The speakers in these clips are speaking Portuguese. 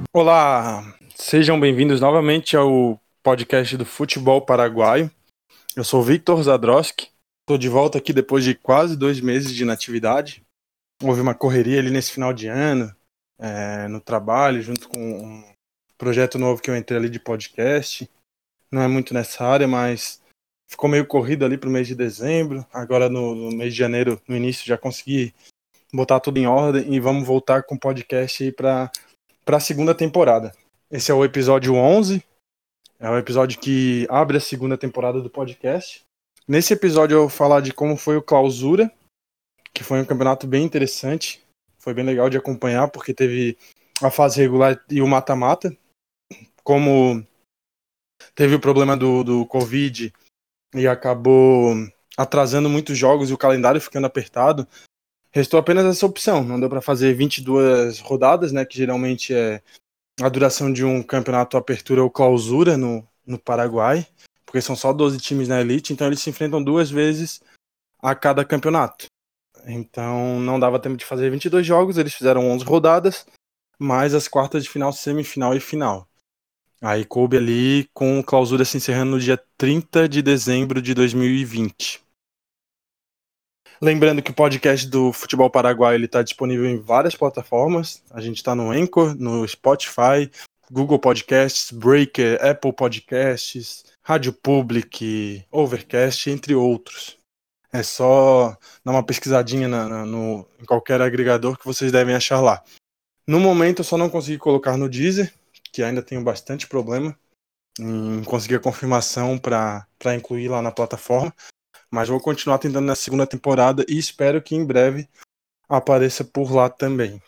Olá, sejam bem-vindos novamente ao podcast do Futebol Paraguaio. Eu sou o Victor Zadroski, estou de volta aqui depois de quase 2 meses de inatividade. Houve uma correria ali nesse final de ano, no trabalho, junto com um projeto novo que eu entrei ali de podcast. Não é muito nessa área, mas ficou meio corrido ali para o mês de dezembro. Agora no mês de janeiro, no início, já consegui botar tudo em ordem e vamos voltar com o podcast aí para a segunda temporada. Esse é o episódio 11, é o episódio que abre a segunda temporada do podcast. Nesse episódio eu vou falar de como foi o Clausura, que foi um campeonato bem interessante, foi bem legal de acompanhar, porque teve a fase regular e o mata-mata. Como teve o problema do Covid e acabou atrasando muitos jogos e o calendário ficando apertado, restou apenas essa opção. Não deu para fazer 22 rodadas, né, que geralmente é a duração de um campeonato apertura ou clausura no Paraguai, porque são só 12 times na elite, então eles se enfrentam 2 vezes a cada campeonato. Então não dava tempo de fazer 22 jogos, eles fizeram 11 rodadas, mais as quartas de final, semifinal e final. Aí coube ali com clausura se encerrando no dia 30 de dezembro de 2020. Lembrando que o podcast do Futebol Paraguaio está disponível em várias plataformas. A gente está no Anchor, no Spotify, Google Podcasts, Breaker, Apple Podcasts, Rádio Public, Overcast, entre outros. É só dar uma pesquisadinha em qualquer agregador que vocês devem achar lá. No momento eu só não consegui colocar no Deezer, que ainda tenho bastante problema em conseguir a confirmação para incluir lá na plataforma. Mas vou continuar tentando na segunda temporada e espero que em breve apareça por lá também.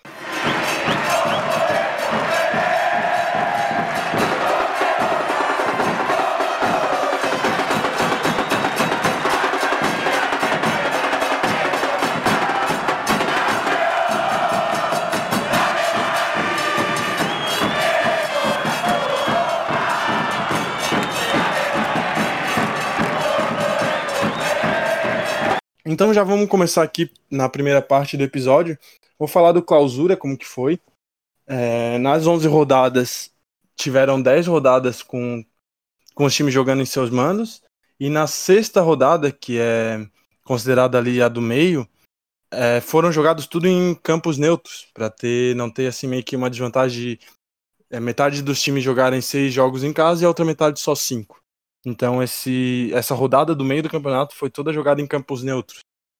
Então já vamos começar aqui na primeira parte do episódio. Vou falar do Clausura, como que foi. Nas 11 rodadas, tiveram 10 rodadas com os times jogando em seus mandos. E na sexta rodada, que é considerada ali a do meio, foram jogados tudo em campos neutros, para não ter assim meio que uma desvantagem de metade dos times jogarem 6 jogos em casa e a outra metade só 5. Então essa rodada do meio do campeonato foi toda jogada em campos neutros.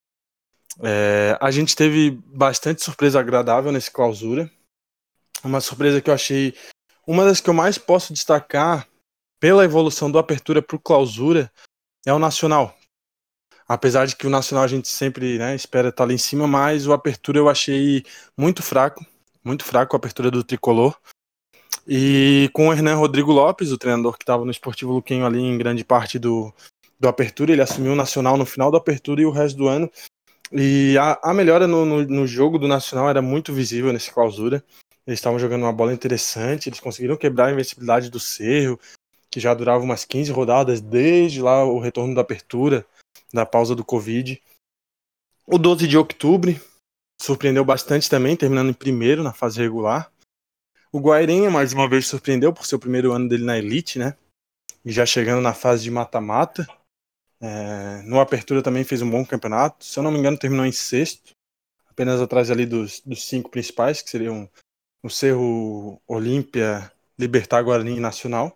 A gente teve bastante surpresa agradável nesse Clausura. Uma surpresa que eu achei, uma das que eu mais posso destacar pela evolução do Apertura para o Clausura, é o Nacional. Apesar de que o Nacional a gente sempre, né, espera estar lá em cima, mas o Apertura eu achei muito fraco a Apertura do Tricolor. E com o Hernan Rodrigo Lopes, o treinador que estava no Esportivo Luquenho ali em grande parte do Apertura, ele assumiu o Nacional no final do Apertura e o resto do ano. E a melhora no jogo do Nacional era muito visível nesse Clausura. Eles estavam jogando uma bola interessante, eles conseguiram quebrar a invencibilidade do Cerro, que já durava umas 15 rodadas desde lá o retorno da apertura, da pausa do Covid. O 12 de outubro surpreendeu bastante também, terminando em primeiro na fase regular. O Guairenha, mais uma vez, surpreendeu por ser o primeiro ano dele na elite, né? E já chegando na fase de mata-mata. No Apertura também fez um bom campeonato. Se eu não me engano, terminou em sexto, apenas atrás ali dos 5 principais, que seriam o Cerro, Olímpia, Libertad, Guarani e Nacional.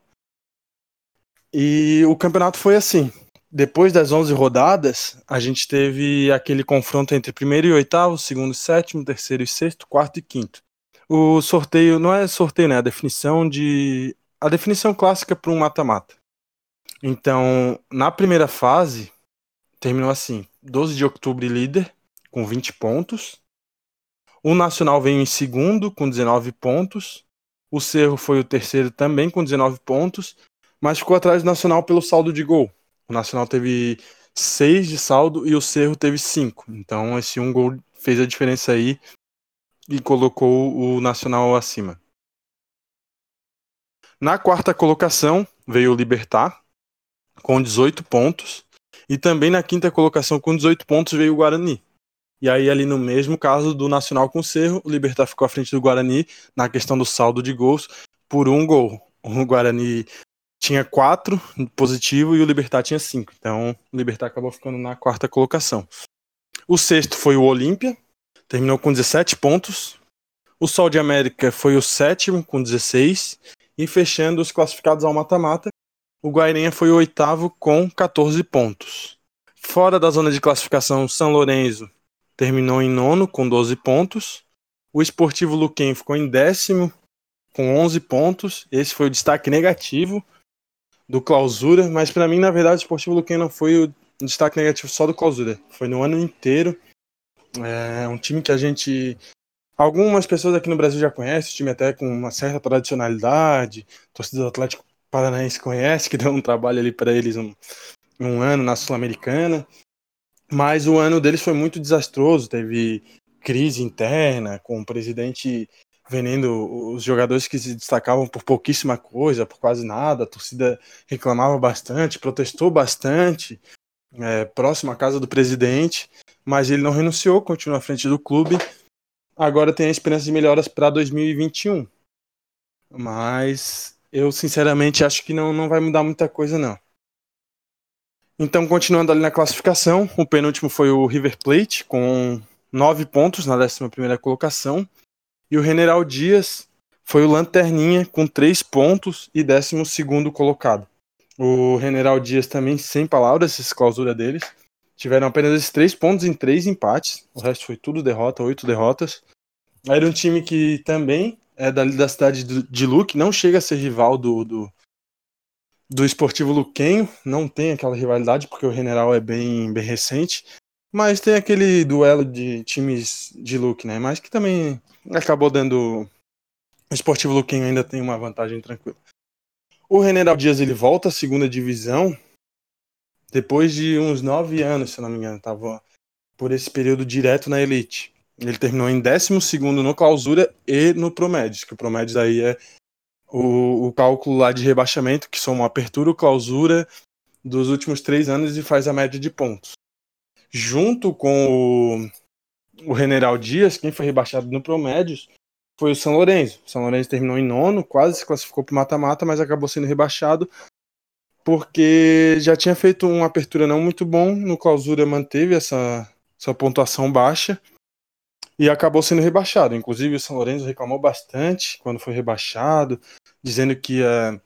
E o campeonato foi assim. Depois das 11 rodadas, a gente teve aquele confronto entre primeiro e oitavo, segundo e sétimo, terceiro e sexto, quarto e quinto. O sorteio, não é sorteio, né? A definição clássica para um mata-mata. Então, na primeira fase, terminou assim: 12 de outubro líder, com 20 pontos. O Nacional veio em segundo, com 19 pontos. O Cerro foi o terceiro também, com 19 pontos. Mas ficou atrás do Nacional pelo saldo de gol. O Nacional teve 6 de saldo e o Cerro teve 5. Então, esse um gol fez a diferença aí e colocou o Nacional acima. Na quarta colocação veio o Libertad, com 18 pontos. E também na quinta colocação, com 18 pontos, veio o Guarani. E aí, ali no mesmo caso do Nacional com o Cerro, o Libertad ficou à frente do Guarani na questão do saldo de gols por 1 gol. O Guarani tinha 4 positivo e o Libertad tinha 5. Então, o Libertad acabou ficando na 4ª colocação. O sexto foi o Olímpia, terminou com 17 pontos. O Sol de América foi o 7º com 16. E fechando os classificados ao mata-mata, o Guairenha foi o 8º com 14 pontos. Fora da zona de classificação, o São Lourenço terminou em 9º com 12 pontos. O Esportivo Luquem ficou em 10º com 11 pontos. Esse foi o destaque negativo do Clausura, mas para mim, na verdade, o Esportivo Luquem não foi o destaque negativo só do Clausura. Foi no ano inteiro. É um time que algumas pessoas aqui no Brasil já conhecem, time até com uma certa tradicionalidade. A torcida do Atlético Paranaense conhece, que deu um trabalho ali para eles um ano na Sul-Americana. Mas o ano deles foi muito desastroso, teve crise interna, com o presidente vendendo os jogadores que se destacavam por pouquíssima coisa, por quase nada. A torcida reclamava bastante, protestou bastante, próximo à casa do presidente, mas ele não renunciou, continuou à frente do clube. Agora tem a esperança de melhoras para 2021, mas eu sinceramente acho que não vai mudar muita coisa, não. Então, continuando ali na classificação, o penúltimo foi o River Plate, com 9 pontos na 11ª colocação. E o General Dias foi o lanterninha, com 3 pontos e 12º colocado. O General Dias também, sem palavras, essa clausura deles. Tiveram apenas esses 3 pontos em 3 empates. O resto foi tudo derrota, 8 derrotas. Era um time que também é dali da cidade de Luque, não chega a ser rival do Esportivo Luquenho, não tem aquela rivalidade, porque o General é bem recente, mas tem aquele duelo de times de Luque, né? Mas que também acabou dando. O Esportivo Luquenho ainda tem uma vantagem tranquila. O General Dias ele volta à 2ª divisão depois de uns 9 anos, se não me engano, estava por esse período direto na Elite. Ele terminou em 12º no Clausura e no Promédios, que o Promédios aí é o cálculo lá de rebaixamento, que soma a apertura e clausura dos últimos 3 anos e faz a média de pontos. Junto com o General Dias, quem foi rebaixado no Promédios foi o São Lourenço. O São Lourenço terminou em 9º, quase se classificou para o mata-mata, mas acabou sendo rebaixado porque já tinha feito uma apertura não muito bom, no clausura manteve essa pontuação baixa e acabou sendo rebaixado. Inclusive o São Lourenço reclamou bastante quando foi rebaixado, dizendo que ia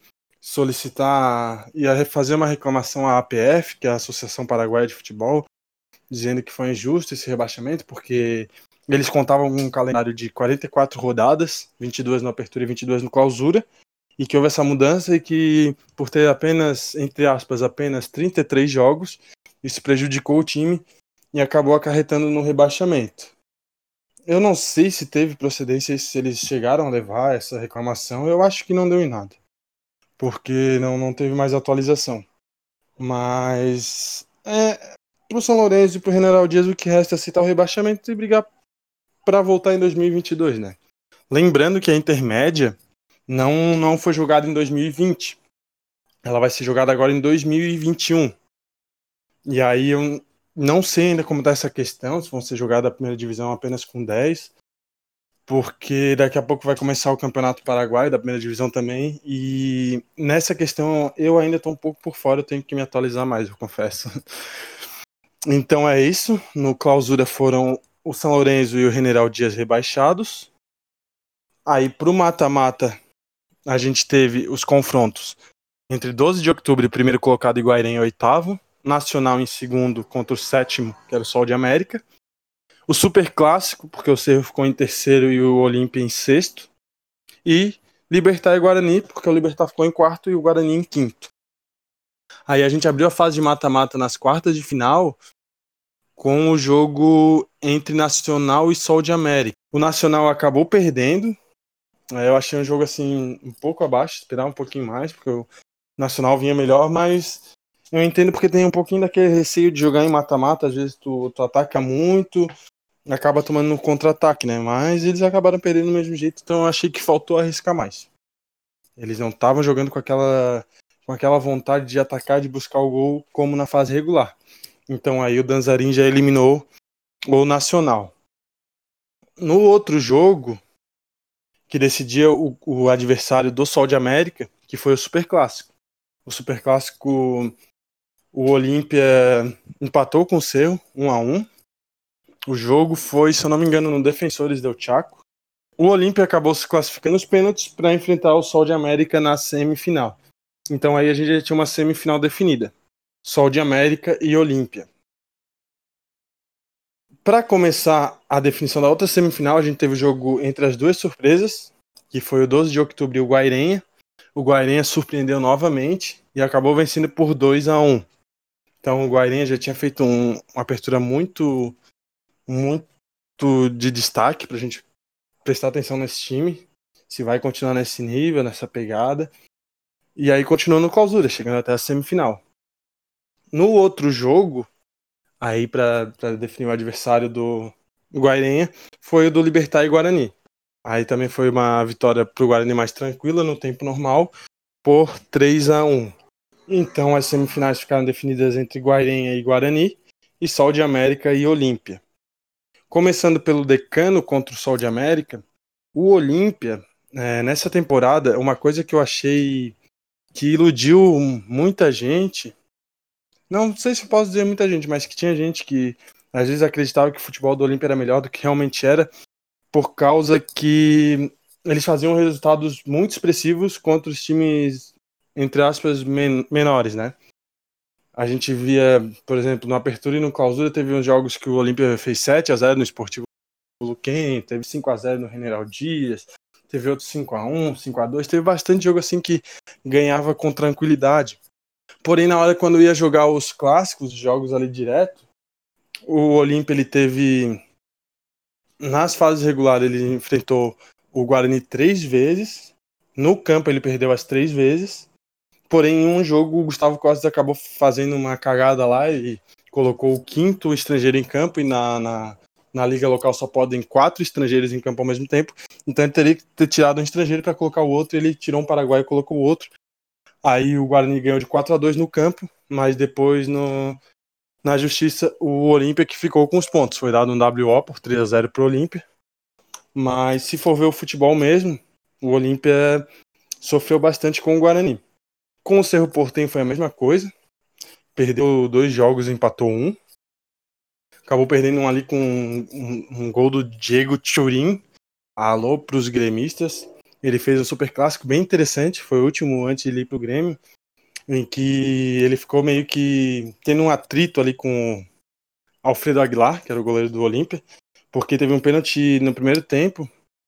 fazer uma reclamação à APF, que é a Associação Paraguaia de Futebol, dizendo que foi injusto esse rebaixamento, porque eles contavam com um calendário de 44 rodadas, 22 na apertura e 22 no clausura, e que houve essa mudança e que, por ter apenas, entre aspas, apenas 33 jogos, isso prejudicou o time e acabou acarretando no rebaixamento. Eu não sei se teve procedência, se eles chegaram a levar essa reclamação, eu acho que não deu em nada, porque não teve mais atualização. Mas pro São Lourenço e pro General Dias o que resta é aceitar o rebaixamento e brigar para voltar em 2022, né? Lembrando que a intermédia não foi jogada em 2020. Ela vai ser jogada agora em 2021. E aí eu não sei ainda como tá essa questão, se vão ser jogadas a primeira divisão apenas com 10, porque daqui a pouco vai começar o Campeonato Paraguaio da primeira divisão também, e nessa questão eu ainda estou um pouco por fora, eu tenho que me atualizar mais, eu confesso. Então é isso, no clausura foram o São Lourenço e o General Dias rebaixados. Aí pro mata-mata a gente teve os confrontos entre 12 de outubro e primeiro colocado Iguairense em 8º, Nacional em 2º contra o 7º, que era o Sol de América. O Super Clássico, porque o Cerro ficou em 3º e o Olímpia em 6º. E Libertad e Guarani, porque o Libertad ficou em 4º e o Guarani em 5º. Aí a gente abriu a fase de mata-mata nas quartas de final com o jogo entre Nacional e Sol de América. O Nacional acabou perdendo. Eu achei um jogo assim um pouco abaixo, esperava um pouquinho mais, porque o Nacional vinha melhor, mas eu entendo porque tem um pouquinho daquele receio de jogar em mata-mata, às vezes tu ataca muito, acaba tomando no contra-ataque, né? Mas eles acabaram perdendo do mesmo jeito, então eu achei que faltou arriscar mais. Eles não estavam jogando com aquela vontade de atacar, de buscar o gol como na fase regular. Então aí o Danzarin já eliminou ou Nacional. No outro jogo, que decidia o adversário do Sol de América, que foi o Superclássico. O Superclássico, o Olímpia empatou com o Cerro, 1-1. O jogo foi, se eu não me engano, no Defensores del Chaco. O Olímpia acabou se classificando nos pênaltis para enfrentar o Sol de América na semifinal. Então aí a gente já tinha uma semifinal definida. Sol de América e Olímpia. Para começar a definição da outra semifinal, a gente teve o jogo entre as duas surpresas, que foi o 12 de outubro e o Guairenha. O Guairenha surpreendeu novamente e acabou vencendo por 2-1. Então o Guairenha já tinha feito uma abertura muito de destaque para a gente prestar atenção nesse time, se vai continuar nesse nível, nessa pegada. E aí continuou no Clausura, chegando até a semifinal. No outro jogo, aí para definir o adversário do Guairenha, foi o do Libertad e Guarani. Aí também foi uma vitória para o Guarani mais tranquila no tempo normal, por 3-1. Então as semifinais ficaram definidas entre Guairenha e Guarani, e Sol de América e Olímpia. Começando pelo Decano contra o Sol de América, o Olímpia, nessa temporada, uma coisa que eu achei que iludiu muita gente, não sei se eu posso dizer muita gente, mas que tinha gente que às vezes acreditava que o futebol do Olímpia era melhor do que realmente era, por causa que eles faziam resultados muito expressivos contra os times, entre aspas, menores, né? A gente via, por exemplo, no Apertura e no Clausura, teve uns jogos que o Olímpia fez 7-0 no Esportivo Luquem, teve 5-0 no General Dias, teve outros 5-1, 5-2, teve bastante jogo assim que ganhava com tranquilidade. Porém, na hora quando ia jogar os clássicos, os jogos ali direto, o Olímpia ele teve, nas fases regulares, ele enfrentou o Guarani 3 vezes, no campo ele perdeu as 3 vezes, porém em um jogo o Gustavo Costa acabou fazendo uma cagada lá e colocou o 5º estrangeiro em campo, e na liga local só podem 4 estrangeiros em campo ao mesmo tempo, então ele teria que ter tirado um estrangeiro para colocar o outro, e ele tirou um paraguaio e colocou o outro. Aí o Guarani ganhou de 4-2 no campo, mas depois na justiça o Olímpia que ficou com os pontos. Foi dado um WO por 3-0 para o Olímpia. Mas se for ver o futebol mesmo, o Olímpia sofreu bastante com o Guarani. Com o Cerro Porteño foi a mesma coisa. Perdeu 2 jogos e empatou 1. Acabou perdendo um ali com um gol do Diego Churin. Alô para os gremistas. Ele fez um super clássico bem interessante. Foi o último antes de ir para o Grêmio, em que ele ficou meio que tendo um atrito ali com Alfredo Aguilar, que era o goleiro do Olímpia, porque teve um pênalti no primeiro tempo.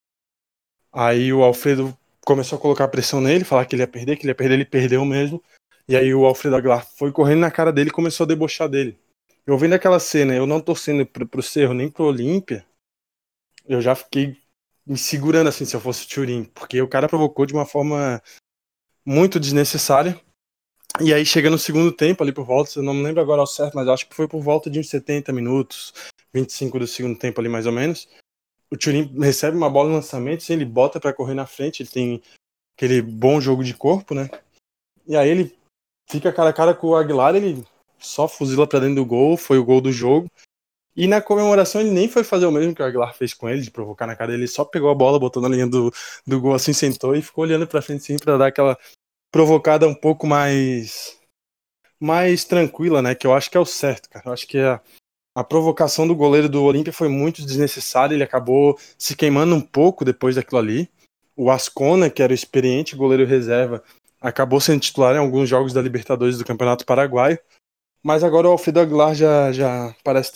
Aí o Alfredo começou a colocar pressão nele, falar que ele ia perder, ele perdeu mesmo. E aí o Alfredo Aguilar foi correndo na cara dele e começou a debochar dele. Eu vendo aquela cena, eu não torcendo pro Cerro nem pro Olímpia, eu já fiquei me segurando assim se eu fosse o Thurim, porque o cara provocou de uma forma muito desnecessária. E aí chega no segundo tempo ali por volta, eu não me lembro agora ao certo, mas acho que foi por volta de uns 70 minutos, 25 do segundo tempo ali mais ou menos. O Thurim recebe uma bola no lançamento, ele bota para correr na frente, ele tem aquele bom jogo de corpo, né? E aí ele fica cara a cara com o Aguilar, ele só fuzila pra dentro do gol, foi o gol do jogo. E na comemoração ele nem foi fazer o mesmo que o Aguilar fez com ele, de provocar na cara dele, ele só pegou a bola, botou na linha do gol assim, sentou e ficou olhando pra frente assim pra dar aquela provocada um pouco mais tranquila, né? Que eu acho que é o certo, cara. Eu acho que a provocação do goleiro do Olímpia foi muito desnecessária, ele acabou se queimando um pouco depois daquilo ali. O Ascona, que era o experiente goleiro reserva, acabou sendo titular em alguns jogos da Libertadores do Campeonato Paraguaio. Mas agora o Alfredo Aguilar já parece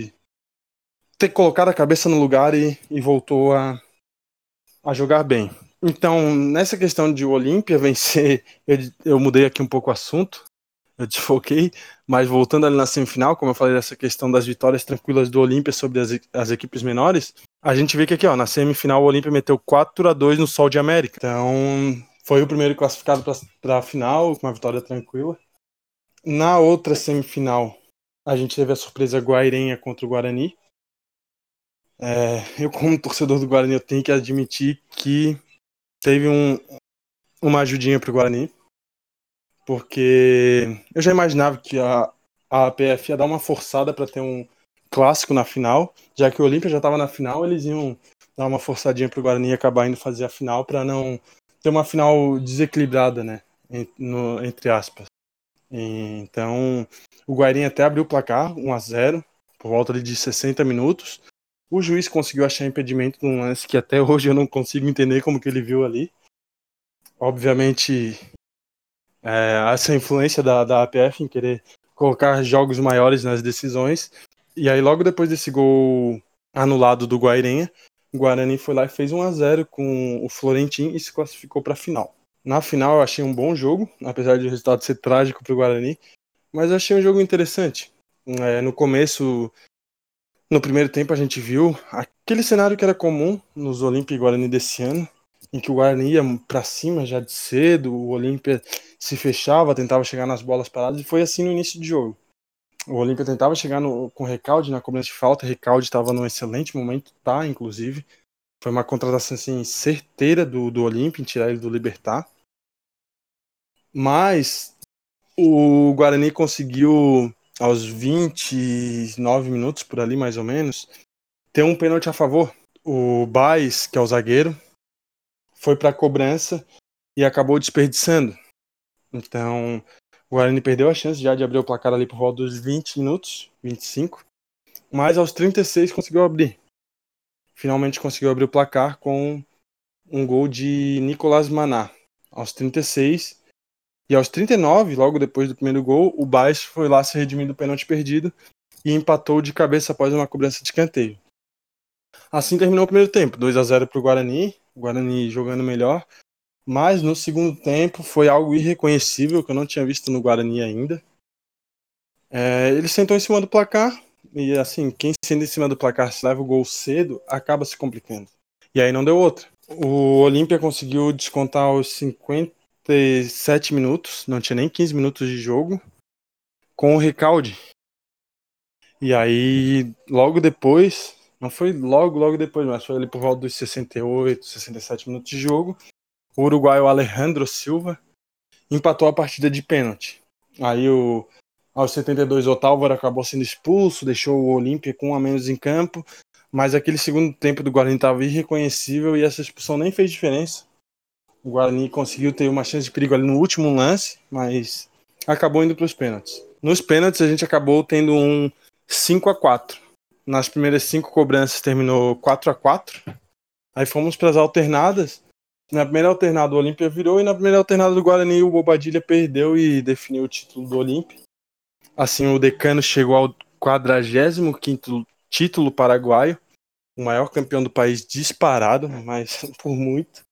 ter colocado a cabeça no lugar e voltou a jogar bem. Então, nessa questão de o Olímpia vencer, eu mudei aqui um pouco o assunto, eu desfoquei, mas voltando ali na semifinal, como eu falei dessa questão das vitórias tranquilas do Olímpia sobre as equipes menores, a gente vê que aqui, ó, na semifinal o Olímpia meteu 4-2 no Sol de América. Então, foi o primeiro classificado para a final, com uma vitória tranquila. Na outra semifinal, a gente teve a surpresa Guairenha contra o Guarani. Eu, como torcedor do Guarani, eu tenho que admitir que teve uma ajudinha pro Guarani, porque eu já imaginava que a PF ia dar uma forçada para ter um clássico na final, já que o Olímpia já estava na final, eles iam dar uma forçadinha pro Guarani e acabar indo fazer a final para não ter uma final desequilibrada, né, entre aspas. Então, o Guarani até abriu o placar 1-0 por volta de 60 minutos. O juiz conseguiu achar impedimento num lance que até hoje eu não consigo entender como que ele viu ali. Obviamente, essa influência da APF em querer colocar jogos maiores nas decisões. E aí, logo depois desse gol anulado do Guairenha, o Guarani foi lá e fez 1-0 com o Florentino e se classificou para a final. Na final, eu achei um bom jogo, apesar de o resultado ser trágico para o Guarani, mas eu achei um jogo interessante. No começo, no primeiro tempo, a gente viu aquele cenário que era comum nos Olímpia e Guarani desse ano, em que o Guarani ia para cima já de cedo, o Olímpia se fechava, tentava chegar nas bolas paradas, e foi assim no início do jogo. O Olímpia tentava chegar com o Recalde na cobrança de falta, o Recalde estava num excelente momento, inclusive. Foi uma contratação assim, certeira do Olímpia em tirar ele do Libertad. Mas o Guarani conseguiu, aos 29 minutos, por ali mais ou menos, ter um pênalti a favor. O Baez, que é o zagueiro, foi para a cobrança e acabou desperdiçando. Então, o Guarani perdeu a chance já de abrir o placar ali por volta dos 20 minutos, 25. Mas aos 36 conseguiu abrir. Finalmente conseguiu abrir o placar com um gol de Nicolás Maná. Aos 36. E aos 39, logo depois do primeiro gol, o Baez foi lá se redimir do pênalti perdido e empatou de cabeça após uma cobrança de escanteio. Assim terminou o primeiro tempo, 2-0 para o Guarani jogando melhor, mas no segundo tempo foi algo irreconhecível que eu não tinha visto no Guarani ainda. Ele sentou em cima do placar e assim, quem senta em cima do placar se leva o gol cedo, acaba se complicando. E aí não deu outra. O Olímpia conseguiu descontar aos 57 minutos, não tinha nem 15 minutos de jogo, com o Recalde. E aí, logo depois, não foi logo depois, mas foi ali por volta dos 68, 67 minutos de jogo, o uruguaio Alejandro Silva empatou a partida de pênalti. Aí, aos 72, o Otálvaro acabou sendo expulso, deixou o Olímpia com um a menos em campo, mas aquele segundo tempo do Guarani estava irreconhecível e essa expulsão nem fez diferença. O Guarani conseguiu ter uma chance de perigo ali no último lance, mas acabou indo para os pênaltis. Nos pênaltis, a gente acabou tendo um 5-4. Nas primeiras 5 cobranças terminou 4-4. Aí fomos para as alternadas. Na primeira alternada o Olímpia virou e na primeira alternada do Guarani o Bobadilha perdeu e definiu o título do Olímpia. Assim o Decano chegou ao 45º título paraguaio, o maior campeão do país disparado, mas por muito.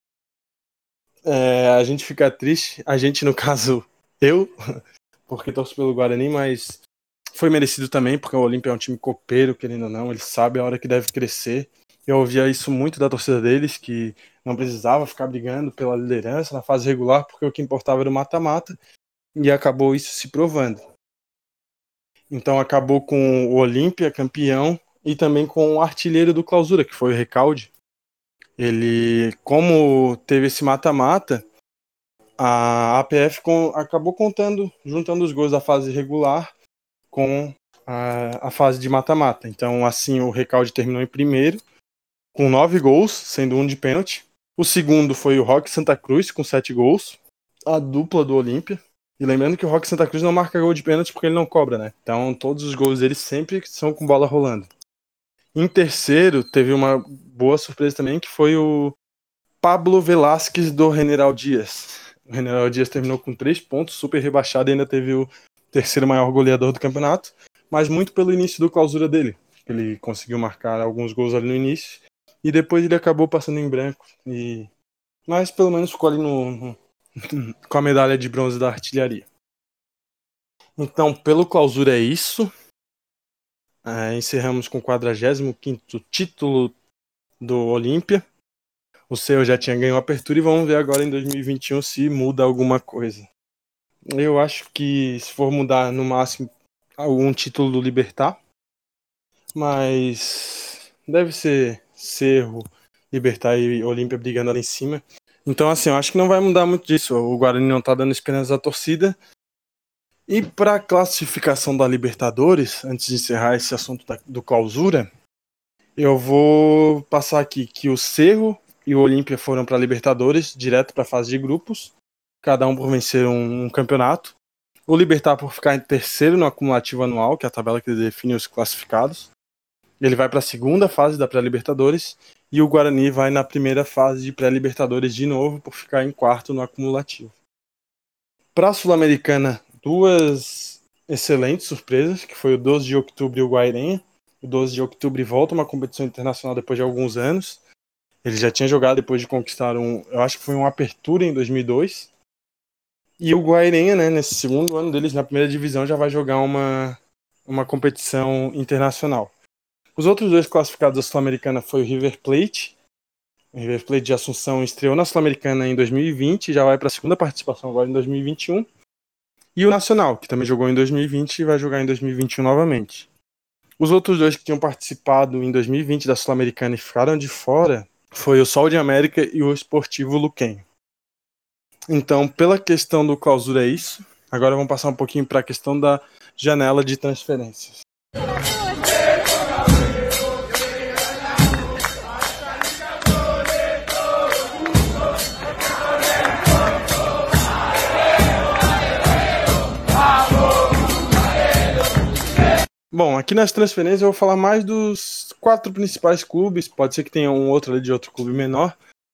A gente fica triste, a gente no caso, eu, porque torço pelo Guarani, mas foi merecido também, porque o Olímpia é um time copeiro, querendo ou não, ele sabe a hora que deve crescer. Eu ouvia isso muito da torcida deles, que não precisava ficar brigando pela liderança na fase regular, porque o que importava era o mata-mata, e acabou isso se provando. Então acabou com o Olímpia campeão e também com o artilheiro do Clausura, que foi o Recalde. Ele, como teve esse mata-mata, a APF acabou juntando os gols da fase regular com a fase de mata-mata. Então, assim, o Recalde terminou em primeiro, com 9 gols, sendo um de pênalti. O segundo foi o Roque Santa Cruz, com 7 gols, a dupla do Olímpia. E lembrando que o Roque Santa Cruz não marca gol de pênalti porque ele não cobra, né? Então, todos os gols dele sempre são com bola rolando. Em terceiro, teve uma boa surpresa também, que foi o Pablo Velasquez do General Dias. O General Dias terminou com 3 pontos, super rebaixado, e ainda teve o terceiro maior goleador do campeonato, mas muito pelo início do clausura dele. Ele conseguiu marcar alguns gols ali no início, e depois ele acabou passando em branco. Mas pelo menos ficou ali com a medalha de bronze da artilharia. Então, pelo clausura é isso. Encerramos com o 45º título do Olímpia. O seu já tinha ganho a apertura e vamos ver agora em 2021 se muda alguma coisa. Eu acho que se for mudar no máximo algum título do Libertad, mas deve ser Cerro, Libertad e Olímpia brigando ali em cima. Então assim, eu acho que não vai mudar muito disso. O Guarani não tá dando esperança à torcida E para a classificação da Libertadores, antes de encerrar esse assunto do Clausura, eu vou passar aqui que o Cerro e o Olímpia foram para a Libertadores, direto para a fase de grupos, cada um por vencer um campeonato. O Libertad por ficar em terceiro no acumulativo anual, que é a tabela que define os classificados. Ele vai para a segunda fase da pré-Libertadores e o Guarani vai na primeira fase de pré-Libertadores de novo por ficar em quarto no acumulativo. Para a Sul-Americana, duas excelentes surpresas, que foi o 12 de outubro e o Guairenha. O 12 de outubro volta a uma competição internacional depois de alguns anos. Ele já tinha jogado depois de conquistar eu acho que foi uma apertura em 2002. E o Guairenha, né, nesse segundo ano deles na primeira divisão, já vai jogar uma competição internacional. Os outros dois classificados da Sul-Americana foi o River Plate. O River Plate de Assunção estreou na Sul-Americana em 2020 e já vai para a segunda participação agora em 2021. E o Nacional, que também jogou em 2020 e vai jogar em 2021 novamente. Os outros dois que tinham participado em 2020 da Sul-Americana e ficaram de fora foi o Sol de América e o Sportivo Luquenho. Então, pela questão do clausura é isso. Agora vamos passar um pouquinho para a questão da janela de transferências. Bom, aqui nas transferências eu vou falar mais dos 4 principais clubes. Pode ser que tenha um outro ali de outro clube menor.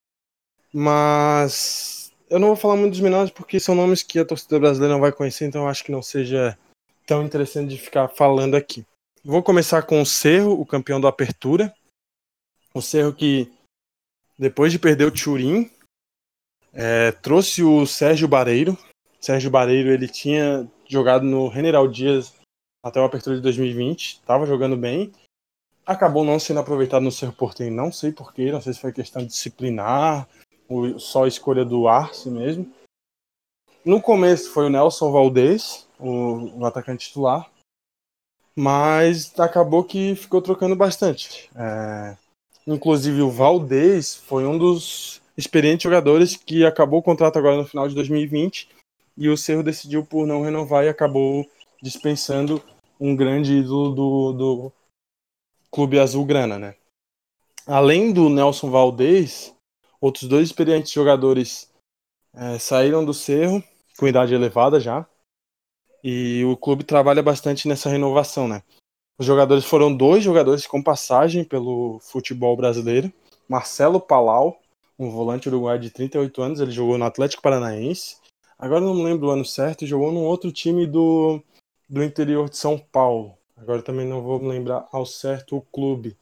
Mas eu não vou falar muito dos menores porque são nomes que a torcida brasileira não vai conhecer, então eu acho que não seja tão interessante de ficar falando aqui. Vou começar com o Cerro, o campeão do Apertura. O Cerro que, depois de perder o Turim, trouxe o Sérgio Bareiro. Sérgio Bareiro, ele tinha jogado no General Dias até o Apertura de 2020, estava jogando bem. Acabou não sendo aproveitado no Cerro Porteño, não sei porquê, não sei se foi questão disciplinar, ou só escolha do Arce mesmo. No começo foi o Nelson Valdez, o atacante titular, mas acabou que ficou trocando bastante. Inclusive o Valdez foi um dos experientes jogadores que acabou o contrato agora no final de 2020 e o Cerro decidiu por não renovar e acabou dispensando um grande ídolo do Clube Azulgrana, né? Além do Nelson Valdez, outros 2 experientes jogadores saíram do Cerro, com idade elevada já, e o clube trabalha bastante nessa renovação, né? Os jogadores foram 2 jogadores com passagem pelo futebol brasileiro. Marcelo Palau, um volante uruguaio de 38 anos, ele jogou no Atlético Paranaense. Agora não me lembro o ano certo, jogou num outro time do interior de São Paulo. Agora também não vou me lembrar ao certo o clube.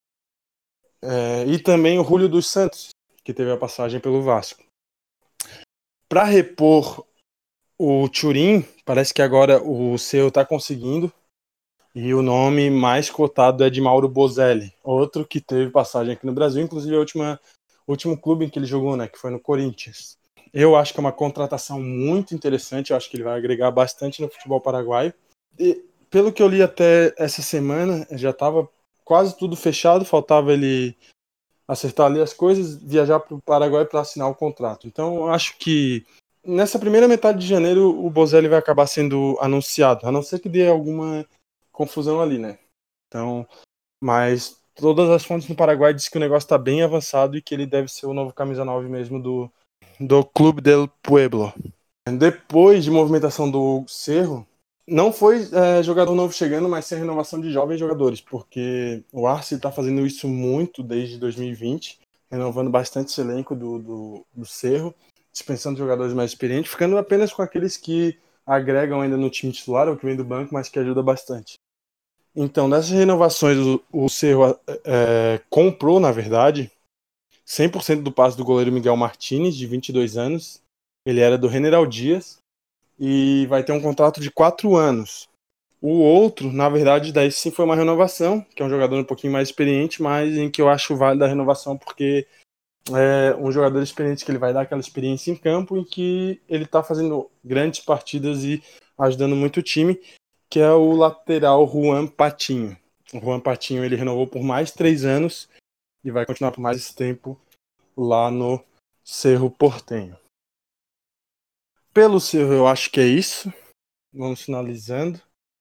E também o Júlio dos Santos, que teve a passagem pelo Vasco. Para repor o Turim, parece que agora o Cerro está conseguindo. E o nome mais cotado é de Mauro Bozelli, outro que teve passagem aqui no Brasil, inclusive o último clube em que ele jogou, né, que foi no Corinthians. Eu acho que é uma contratação muito interessante, eu acho que ele vai agregar bastante no futebol paraguaio. E, pelo que eu li até essa semana, já estava quase tudo fechado, faltava ele acertar ali as coisas, viajar para o Paraguai para assinar o contrato. Então, eu acho que nessa primeira metade de janeiro o Bozelli vai acabar sendo anunciado, a não ser que dê alguma confusão ali, né? Então, mas todas as fontes no Paraguai dizem que o negócio está bem avançado e que ele deve ser o novo camisa 9 mesmo do Clube del Pueblo. Depois de movimentação do Cerro, não foi jogador novo chegando, mas sem renovação de jovens jogadores, porque o Arce está fazendo isso muito desde 2020, renovando bastante esse elenco do Cerro, dispensando jogadores mais experientes, ficando apenas com aqueles que agregam ainda no time titular, ou que vem do banco, mas que ajuda bastante. Então, nessas renovações, o Cerro comprou, na verdade, 100% do passe do goleiro Miguel Martínez, de 22 anos. Ele era do General Dias e vai ter um contrato de 4 anos. O outro, na verdade, daí sim foi uma renovação, que é um jogador um pouquinho mais experiente, mas em que eu acho válido a renovação, porque é um jogador experiente que ele vai dar aquela experiência em campo em que ele está fazendo grandes partidas e ajudando muito o time, que é o lateral Juan Patinho. O Juan Patinho ele renovou por mais 3 anos e vai continuar por mais tempo lá no Cerro Porteño. Pelo Cerro eu acho que é isso. Vamos finalizando.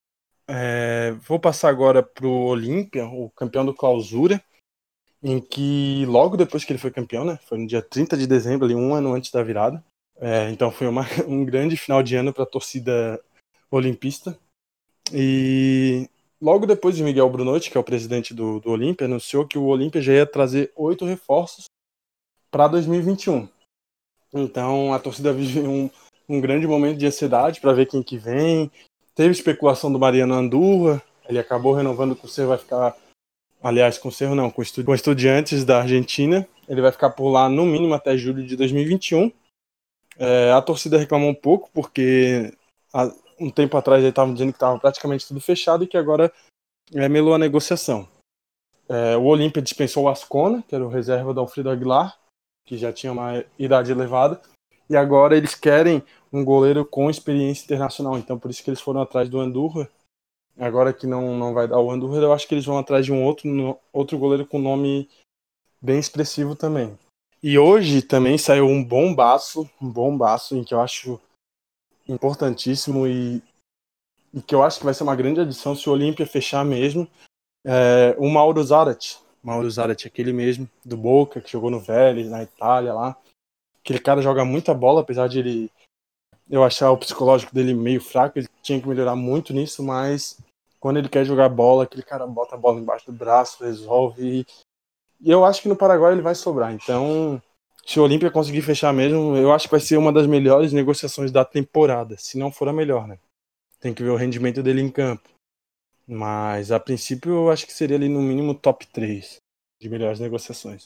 Vou passar agora pro Olímpia, o campeão do Clausura, em que logo depois que ele foi campeão, né? Foi no dia 30 de dezembro, ali, um ano antes da virada. Então foi um grande final de ano para a torcida olimpista. E logo depois o Miguel Brunotti, que é o presidente do Olímpia, anunciou que o Olímpia já ia trazer 8 reforços para 2021. Então a torcida vive um grande momento de ansiedade para ver quem que vem. Teve especulação do Mariano Andurra, ele acabou renovando com o Cerro, vai ficar, aliás, com o Cerro não, com Estudiantes da Argentina. Ele vai ficar por lá no mínimo até julho de 2021. A torcida reclamou um pouco porque um tempo atrás eles estavam dizendo que estava praticamente tudo fechado e que agora melou a negociação. O Olímpia dispensou o Ascona, que era o reserva do Alfredo Aguilar, que já tinha uma idade elevada, e agora eles querem um goleiro com experiência internacional, então por isso que eles foram atrás do Andurra. Agora que não vai dar o Andurra, eu acho que eles vão atrás de um outro goleiro com nome bem expressivo também. E hoje também saiu um bombaço em que eu acho importantíssimo e que eu acho que vai ser uma grande adição se o Olímpia fechar mesmo. O Mauro Zarate, aquele mesmo, do Boca, que jogou no Vélez, na Itália lá. Aquele cara joga muita bola, apesar de eu achar o psicológico dele meio fraco, ele tinha que melhorar muito nisso, mas quando ele quer jogar bola, aquele cara bota a bola embaixo do braço, resolve. E eu acho que no Paraguai ele vai sobrar. Então, se o Olímpia conseguir fechar mesmo, eu acho que vai ser uma das melhores negociações da temporada, se não for a melhor, né? Tem que ver o rendimento dele em campo. Mas, a princípio, eu acho que seria ali no mínimo top 3 de melhores negociações.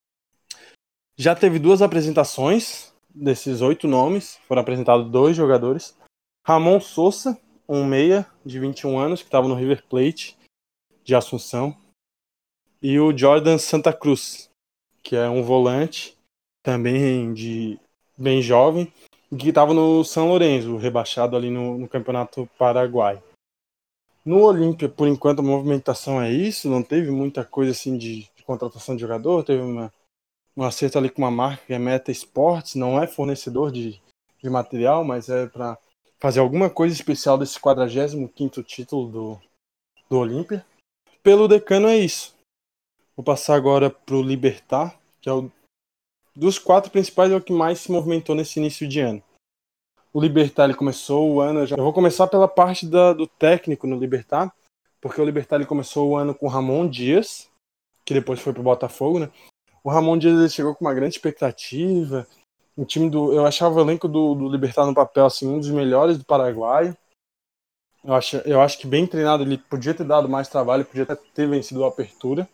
Já teve 2 apresentações desses 8 nomes. Foram apresentados 2 jogadores. Ramon Sousa, um meia de 21 anos, que estava no River Plate de Assunção. E o Jordan Santa Cruz, que é um volante também bem jovem, que estava no São Lourenço, rebaixado ali no Campeonato Paraguai. No Olímpia, por enquanto, a movimentação é isso, não teve muita coisa assim de contratação de jogador, teve um acerto ali com uma marca que é Meta Esportes, não é fornecedor de material, mas é para fazer alguma coisa especial desse 45º título do Olímpia. Pelo Decano é isso. Vou passar agora para o Libertad, que é dos 4 principais é o que mais se movimentou nesse início de ano. O Libertad ele começou o ano... Eu vou começar pela parte do técnico no Libertad, porque o Libertad ele começou o ano com Ramon Dias, que depois foi pro Botafogo, né? O Ramon Dias ele chegou com uma grande expectativa. Eu achava o elenco do Libertad no papel assim, um dos melhores do Paraguai. Eu acho que bem treinado, ele podia ter dado mais trabalho, podia até ter vencido a Apertura.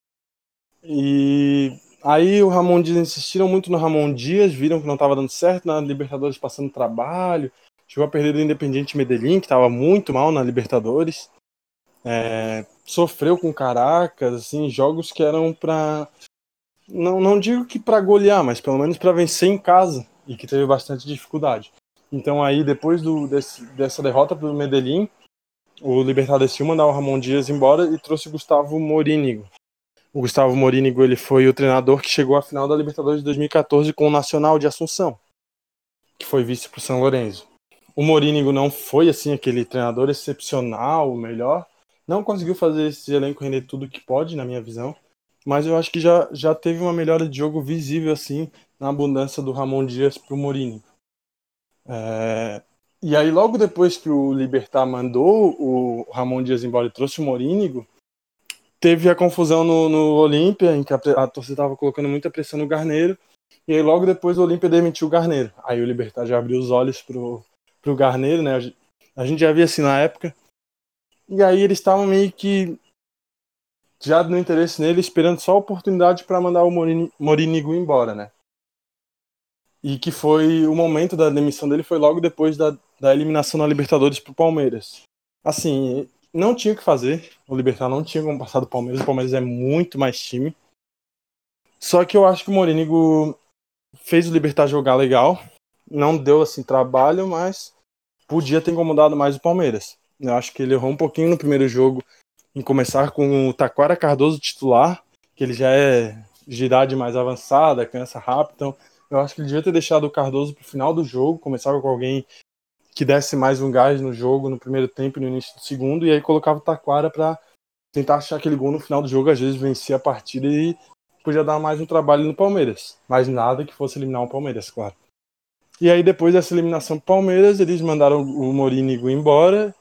E aí o Ramon Dias insistiram muito no Ramon Dias, viram que não estava dando certo na Libertadores, passando trabalho. Chegou a perder do Independiente Medellín, que estava muito mal na Libertadores. Sofreu com Caracas, assim, jogos que eram para... Não digo que para golear, mas pelo menos para vencer em casa, e que teve bastante dificuldade. Então aí, depois dessa derrota para o Medellín, o Libertad decidiu mandar o Ramon Dias embora e trouxe o Gustavo Morínigo. O Gustavo Morínigo ele foi o treinador que chegou à final da Libertadores de 2014 com o Nacional de Assunção, que foi vice para o São Lourenço. O Morínigo não foi assim aquele treinador excepcional, o melhor. Não conseguiu fazer esse elenco render tudo que pode, na minha visão. Mas eu acho que já teve uma melhora de jogo visível assim na abundância do Ramon Dias para o Morínigo. E aí logo depois que o Libertad mandou o Ramon Dias embora e trouxe o Morínigo, teve a confusão no Olímpia, em que a torcida estava colocando muita pressão no Garneiro, e aí logo depois o Olímpia demitiu o Garneiro. Aí o Libertad já abriu os olhos pro Garneiro, né? A gente já via assim na época. E aí eles estavam meio que já no interesse nele, esperando só a oportunidade para mandar o Morínigo embora, né? E que foi o momento da demissão dele, foi logo depois da eliminação na Libertadores pro Palmeiras. Assim, não tinha o que fazer, o Libertad não tinha como passar do Palmeiras, o Palmeiras é muito mais time. Só que eu acho que o Morínigo fez o Libertad jogar legal, não deu assim trabalho, mas podia ter incomodado mais o Palmeiras. Eu acho que ele errou um pouquinho no primeiro jogo em começar com o Taquara Cardoso titular, que ele já é de idade mais avançada, cansa rápido, então eu acho que ele devia ter deixado o Cardoso pro final do jogo, começava com alguém que desse mais um gás no jogo no primeiro tempo e no início do segundo, e aí colocava o Taquara para tentar achar aquele gol no final do jogo, às vezes vencia a partida e podia dar mais um trabalho no Palmeiras, mas nada que fosse eliminar o Palmeiras, claro. E aí depois dessa eliminação do Palmeiras, eles mandaram o Morínigo embora,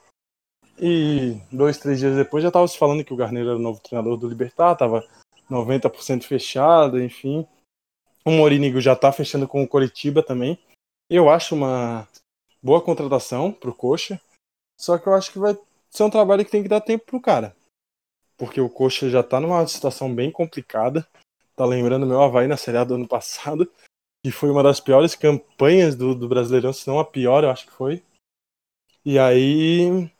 e 2-3 dias depois já estava se falando que o Garneiro era o novo treinador do Libertad, estava 90% fechado, enfim. O Morínigo já está fechando com o Coritiba também. Eu acho uma boa contratação pro Coxa, só que eu acho que vai ser um trabalho que tem que dar tempo pro cara. Porque o Coxa já tá numa situação bem complicada. Tá lembrando meu Avaí na Série A do ano passado, que foi uma das piores campanhas do Brasileirão, se não a pior, eu acho que foi. E aí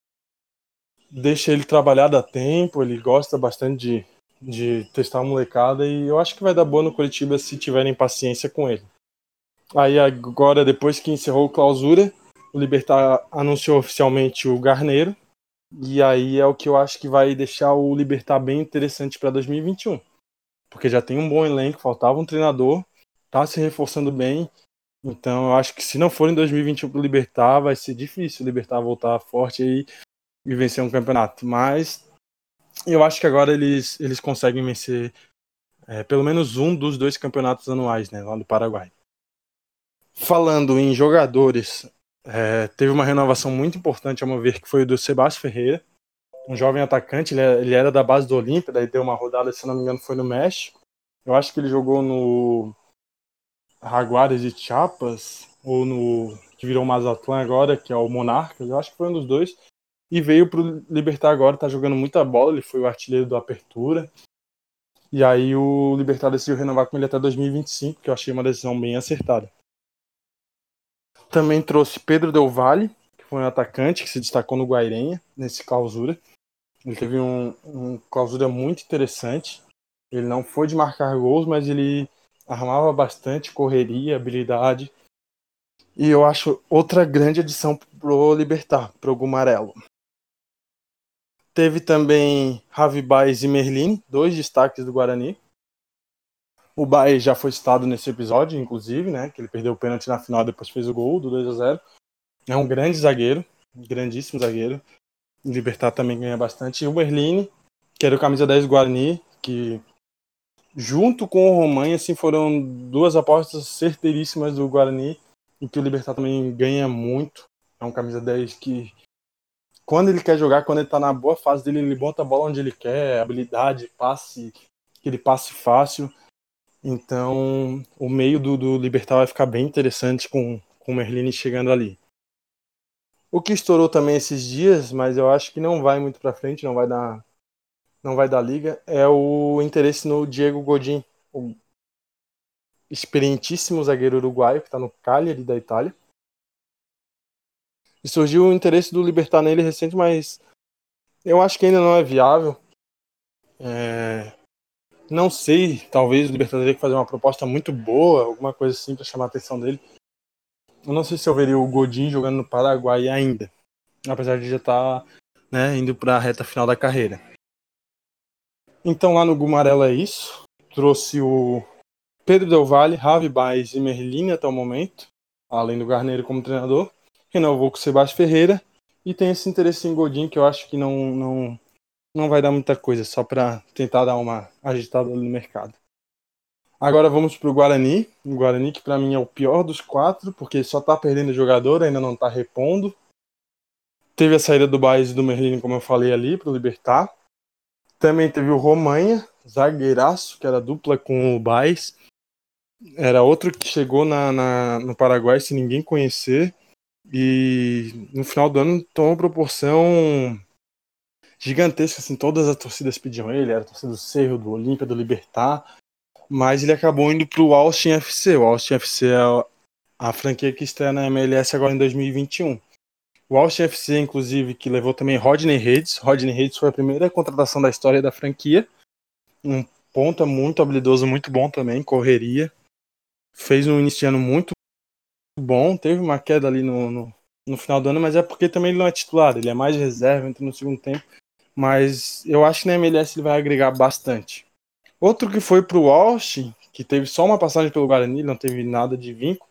deixa ele trabalhar, dá tempo, ele gosta bastante de testar a molecada e eu acho que vai dar boa no Coritiba se tiverem paciência com ele. Aí agora, depois que encerrou o Clausura, o Libertad anunciou oficialmente o Garneiro, e aí é o que eu acho que vai deixar o Libertad bem interessante para 2021. Porque já tem um bom elenco, faltava um treinador, tá se reforçando bem, então eu acho que se não for em 2021 pro Libertad, vai ser difícil o Libertad voltar forte aí e vencer um campeonato. Mas eu acho que agora eles conseguem vencer pelo menos um dos 2 campeonatos anuais, né, lá do Paraguai. Falando em jogadores, teve uma renovação muito importante, ao meu ver, que foi o do Sebastião Ferreira, um jovem atacante. Ele era da base do Olímpia, daí deu uma rodada, se não me engano, foi no México. Eu acho que ele jogou no Jaguares de Chiapas, ou no que virou o Mazatlán agora, que é o Monarcas. Eu acho que foi um dos dois. E veio pro Libertad agora, tá jogando muita bola, ele foi o artilheiro do Apertura. E aí o Libertad decidiu renovar com ele até 2025, que eu achei uma decisão bem acertada. Também trouxe Pedro Del Valle, que foi um atacante que se destacou no Guairenha, nesse clausura. Ele teve um clausura muito interessante. Ele não foi de marcar gols, mas ele armava bastante, correria, habilidade. E eu acho outra grande adição pro Libertad, pro Gumarelo. Teve também Javi Baez e Merlin, 2 destaques do Guarani. O Baez já foi citado nesse episódio, inclusive, né? Que ele perdeu o pênalti na final, depois fez o gol do 2-0. É um grande zagueiro, um grandíssimo zagueiro. O Libertad também ganha bastante. E o Merlin, que era o camisa 10 do Guarani, que junto com o Romain, assim, foram 2 apostas certeiríssimas do Guarani, e que o Libertad também ganha muito. É um camisa 10 que, quando ele quer jogar, quando ele tá na boa fase dele, ele bota a bola onde ele quer, habilidade, passe, aquele passe fácil. Então, o meio do Libertad vai ficar bem interessante com o Merlin chegando ali. O que estourou também esses dias, mas eu acho que não vai muito pra frente, não vai dar liga, é o interesse no Diego Godin, o experientíssimo zagueiro uruguaio que está no Cagliari da Itália. E surgiu o interesse do Libertad nele recente, mas eu acho que ainda não é viável. Não sei, talvez o Libertad teria que fazer uma proposta muito boa, alguma coisa assim para chamar a atenção dele. Eu não sei se eu veria o Godin jogando no Paraguai ainda, apesar de já estar indo para a reta final da carreira. Então lá no Gumarelo é isso. Trouxe o Pedro Del Valle, Javi Baez e Merlin até o momento, além do Garneiro como treinador. Renovou com o Sebastião Ferreira e tem esse interesse em Godin que eu acho que não vai dar muita coisa, só para tentar dar uma agitada no mercado. Agora vamos para o Guarani. O Guarani que para mim é o pior dos 4, porque só está perdendo jogador, ainda não está repondo. Teve a saída do Baez e do Merlin, como eu falei ali, para o Libertad. Também teve o Romainha, zagueiraço, que era dupla com o Baez. Era outro que chegou no Paraguai sem ninguém conhecer. E no final do ano tomou uma proporção gigantesca, assim, todas as torcidas pediam ele, era a torcida do Cerro, do Olímpia, do Libertad, mas ele acabou indo pro Austin FC. O Austin FC é a franquia que estreia na MLS agora em 2021. O Austin FC, inclusive, que levou também Rodney Redes. Rodney Redes foi a primeira contratação da história da franquia. Um ponta muito habilidoso, muito bom também, correria. Fez um início de ano muito bom, teve uma queda ali no final do ano, mas é porque também ele não é titular, ele é mais reserva, entra no segundo tempo. Mas eu acho que na MLS ele vai agregar bastante. Outro que foi pro Austin, que teve só uma passagem pelo Guarani, não teve nada de vínculo,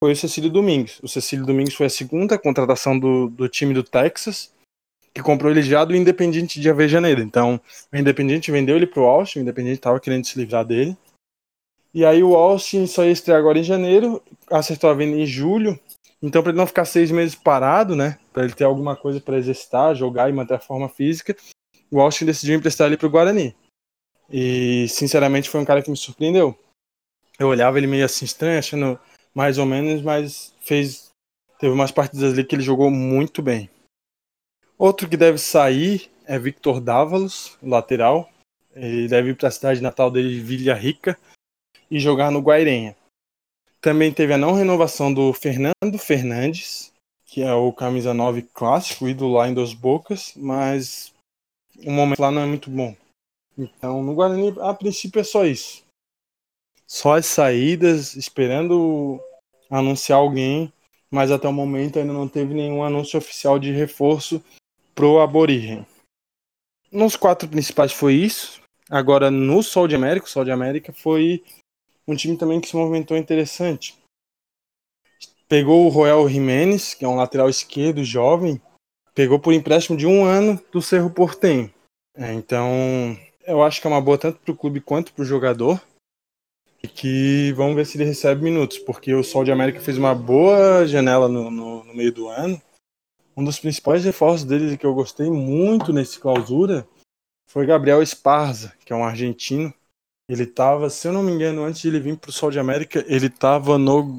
foi o Cecílio Domingos. O Cecílio Domingos foi a segunda contratação do time do Texas, que comprou ele já do Independiente de Avejaneira. Então, o Independiente vendeu ele pro Austin, o Independiente estava querendo se livrar dele. E aí o Austin só ia estrear agora em janeiro, acertou a venda em julho. Então, para ele não ficar 6 meses parado, né, para ele ter alguma coisa para exercitar, jogar e manter a forma física, o Austin decidiu emprestar ele pro Guarani. E, sinceramente, foi um cara que me surpreendeu. Eu olhava ele meio assim estranho, achando mais ou menos, mas teve umas partidas ali que ele jogou muito bem. Outro que deve sair é Victor Dávalos, lateral. Ele deve ir para a cidade natal dele, Vila Rica, e jogar no Guairenha. Também teve a não renovação do Fernando Fernandes, que é o camisa 9 clássico, ídolo lá em Dos Bocas, mas o momento lá não é muito bom. Então, no Guarani, a princípio é só isso. Só as saídas, esperando anunciar alguém, mas até o momento ainda não teve nenhum anúncio oficial de reforço pro Aborigen. Nos 4 principais foi isso. Agora no Sol de América, o Sol de América foi um time também que se movimentou interessante. Pegou o Roel Jimenez, que é um lateral esquerdo jovem, pegou por empréstimo de 1 ano do Cerro Porteño. Então, eu acho que é uma boa tanto para o clube quanto para o jogador. E que vamos ver se ele recebe minutos, porque o Sol de América fez uma boa janela no meio do ano. Um dos principais reforços dele que eu gostei muito nesse clausura foi Gabriel Esparza, que é um argentino. Ele estava, se eu não me engano, antes de ele vir para o Sol de América, ele estava no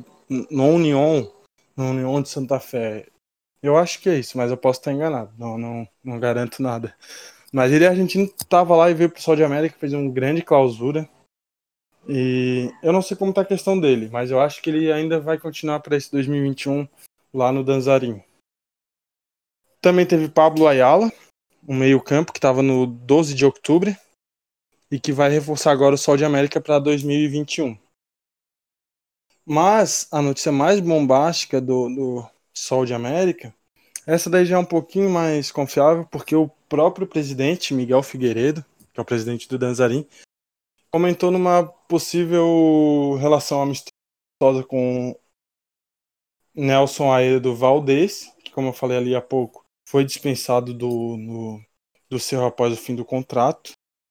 União de Santa Fé. Eu acho que é isso, mas eu posso estar enganado. Não garanto nada. Mas ele é argentino, estava lá e veio para o Sol de América, fez uma grande clausura. E eu não sei como está a questão dele, mas eu acho que ele ainda vai continuar para esse 2021 lá no Danzarinho. Também teve Pablo Ayala, um meio-campo que estava no 12 de outubro e que vai reforçar agora o Sol de América para 2021. Mas a notícia mais bombástica do Sol de América, essa daí já é um pouquinho mais confiável, porque o próprio presidente, Miguel Figueiredo, que é o presidente do Danzarim, comentou numa possível relação amistosa com Nelson Aedo Valdez, que, como eu falei ali há pouco, foi dispensado do Cerro após o fim do contrato.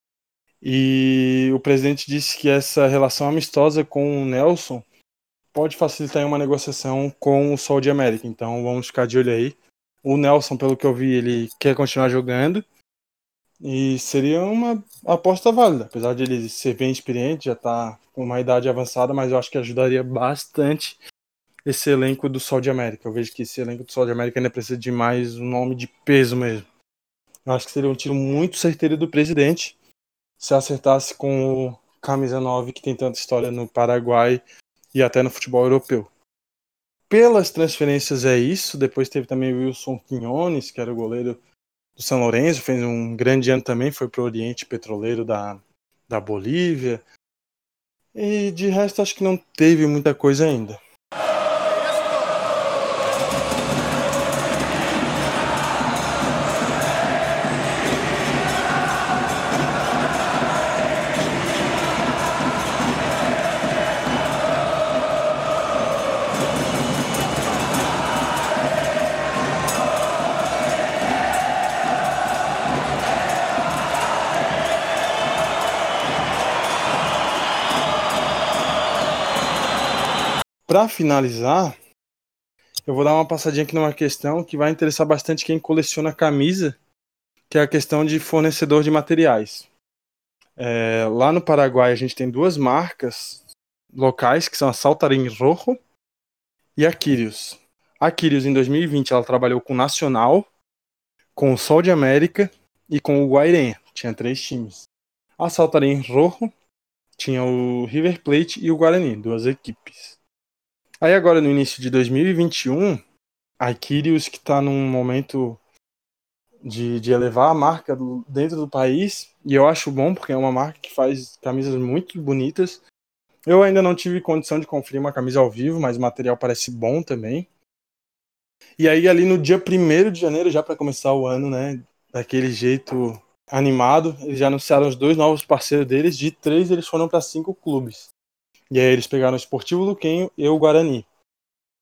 E o presidente disse que essa relação amistosa com o Nelson pode facilitar uma negociação com o Sol de América. Então vamos ficar de olho aí. O Nelson, pelo que eu vi, ele quer continuar jogando. E seria uma aposta válida. Apesar de ele ser bem experiente, já está com uma idade avançada, mas eu acho que ajudaria bastante esse elenco do Sol de América. Eu vejo que esse elenco do Sol de América ainda precisa de mais um nome de peso mesmo. Eu acho que seria um tiro muito certeiro do presidente se acertasse com o camisa 9, que tem tanta história no Paraguai e até no futebol europeu. Pelas transferências é isso. Depois teve também o Wilson Quinones, que era o goleiro do São Lourenço, fez um grande ano também, foi para o Oriente Petroleiro da Bolívia. E de resto acho que não teve muita coisa ainda. Para finalizar, eu vou dar uma passadinha aqui numa questão que vai interessar bastante quem coleciona camisa, que é a questão de fornecedor de materiais. Lá no Paraguai a gente tem 2 marcas locais, que são a Saltarín Rojo e a Quírios. A Quírios, em 2020, ela trabalhou com o Nacional, com o Sol de América e com o Guairenha. Tinha 3 times. A Saltarín Rojo tinha o River Plate e o Guarani, 2 equipes. Aí agora, no início de 2021, a Quírios, que está num momento de elevar a marca dentro do país, e eu acho bom, porque é uma marca que faz camisas muito bonitas. Eu ainda não tive condição de conferir uma camisa ao vivo, mas o material parece bom também. E aí ali no dia 1º de janeiro, já para começar o ano, né, daquele jeito animado, eles já anunciaram os 2 novos parceiros deles, de 3 eles foram para 5 clubes. E aí eles pegaram o Esportivo Luquenho e o Guarani.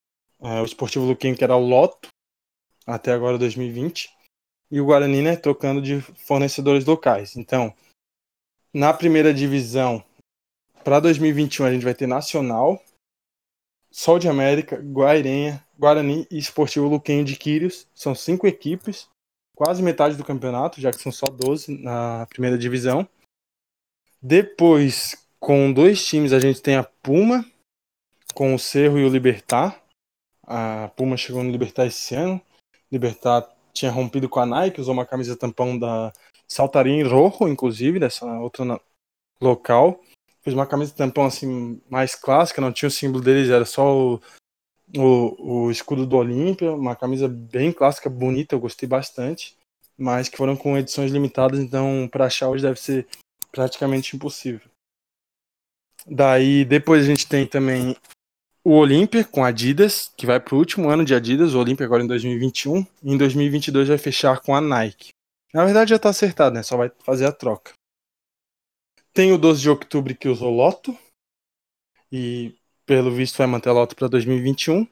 o Esportivo Luquenho, que era o Loto, até agora 2020, e o Guarani, né, trocando de fornecedores locais. Então, na primeira divisão, para 2021, a gente vai ter Nacional, Sol de América, Guairenha, Guarani e Esportivo Luquenho de Quírios. São 5 equipes, quase metade do campeonato, já que são só 12 na primeira divisão. Depois, com 2 times, a gente tem a Puma, com o Cerro e o Libertad. A Puma chegou no Libertad esse ano. Libertad tinha rompido com a Nike, usou uma camisa tampão da Saltarín Rojo, inclusive, dessa outra local. Fez uma camisa tampão assim, mais clássica, não tinha o símbolo deles, era só o escudo do Olímpia, uma camisa bem clássica, bonita, eu gostei bastante, mas que foram com edições limitadas, então para achar hoje deve ser praticamente impossível. Daí depois a gente tem também o Olímpia com Adidas, que vai para o último ano de Adidas, o Olímpia agora em 2021, e em 2022 vai fechar com a Nike. Na verdade já está acertado, né? Só vai fazer a troca. Tem o 12 de outubro que usou Loto, e pelo visto vai manter a Loto para 2021.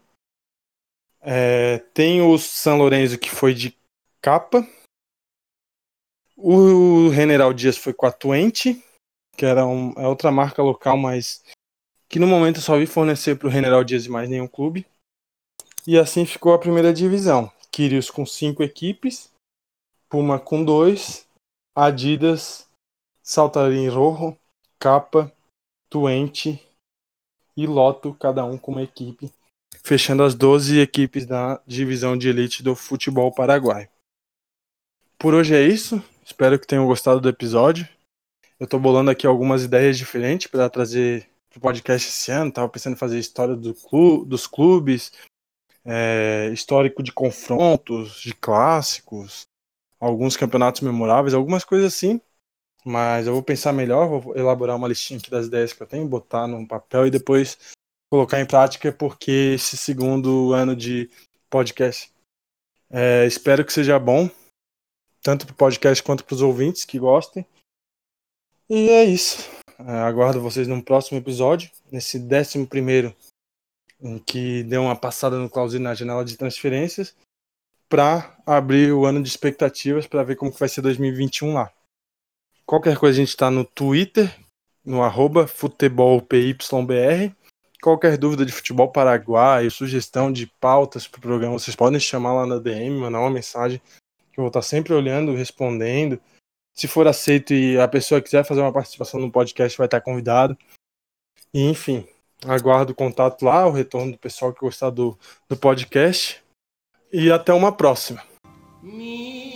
Tem o São Lourenço que foi de capa. O General Dias foi com a Twente, que era outra marca local, mas que no momento eu só vi fornecer para o General Dias e mais nenhum clube. E assim ficou a primeira divisão. Quírios com 5 equipes, Puma com 2, Adidas, Saltarín Rojo, Capa, Twente e Loto, cada um com uma equipe, fechando as 12 equipes da divisão de elite do futebol paraguaio. Por hoje é isso, espero que tenham gostado do episódio. Eu tô bolando aqui algumas ideias diferentes para trazer pro podcast esse ano. Tava pensando em fazer história dos clubes, histórico de confrontos, de clássicos, alguns campeonatos memoráveis, algumas coisas assim. Mas eu vou pensar melhor, vou elaborar uma listinha aqui das ideias que eu tenho, botar num papel e depois colocar em prática, porque esse segundo ano de podcast espero que seja bom, tanto para o podcast quanto para os ouvintes que gostem. E é isso. Aguardo vocês num próximo episódio, nesse 11º, em que deu uma passada no Clausura na janela de transferências, para abrir o ano de expectativas para ver como que vai ser 2021 lá. Qualquer coisa a gente está no Twitter, no @futebolpybr. Qualquer dúvida de futebol paraguaio, sugestão de pautas para o programa, vocês podem chamar lá na DM, mandar uma mensagem, que eu vou estar sempre olhando, respondendo. Se for aceito e a pessoa quiser fazer uma participação no podcast, vai estar convidado. E, enfim, aguardo o contato lá, o retorno do pessoal que gostar do podcast. E até uma próxima.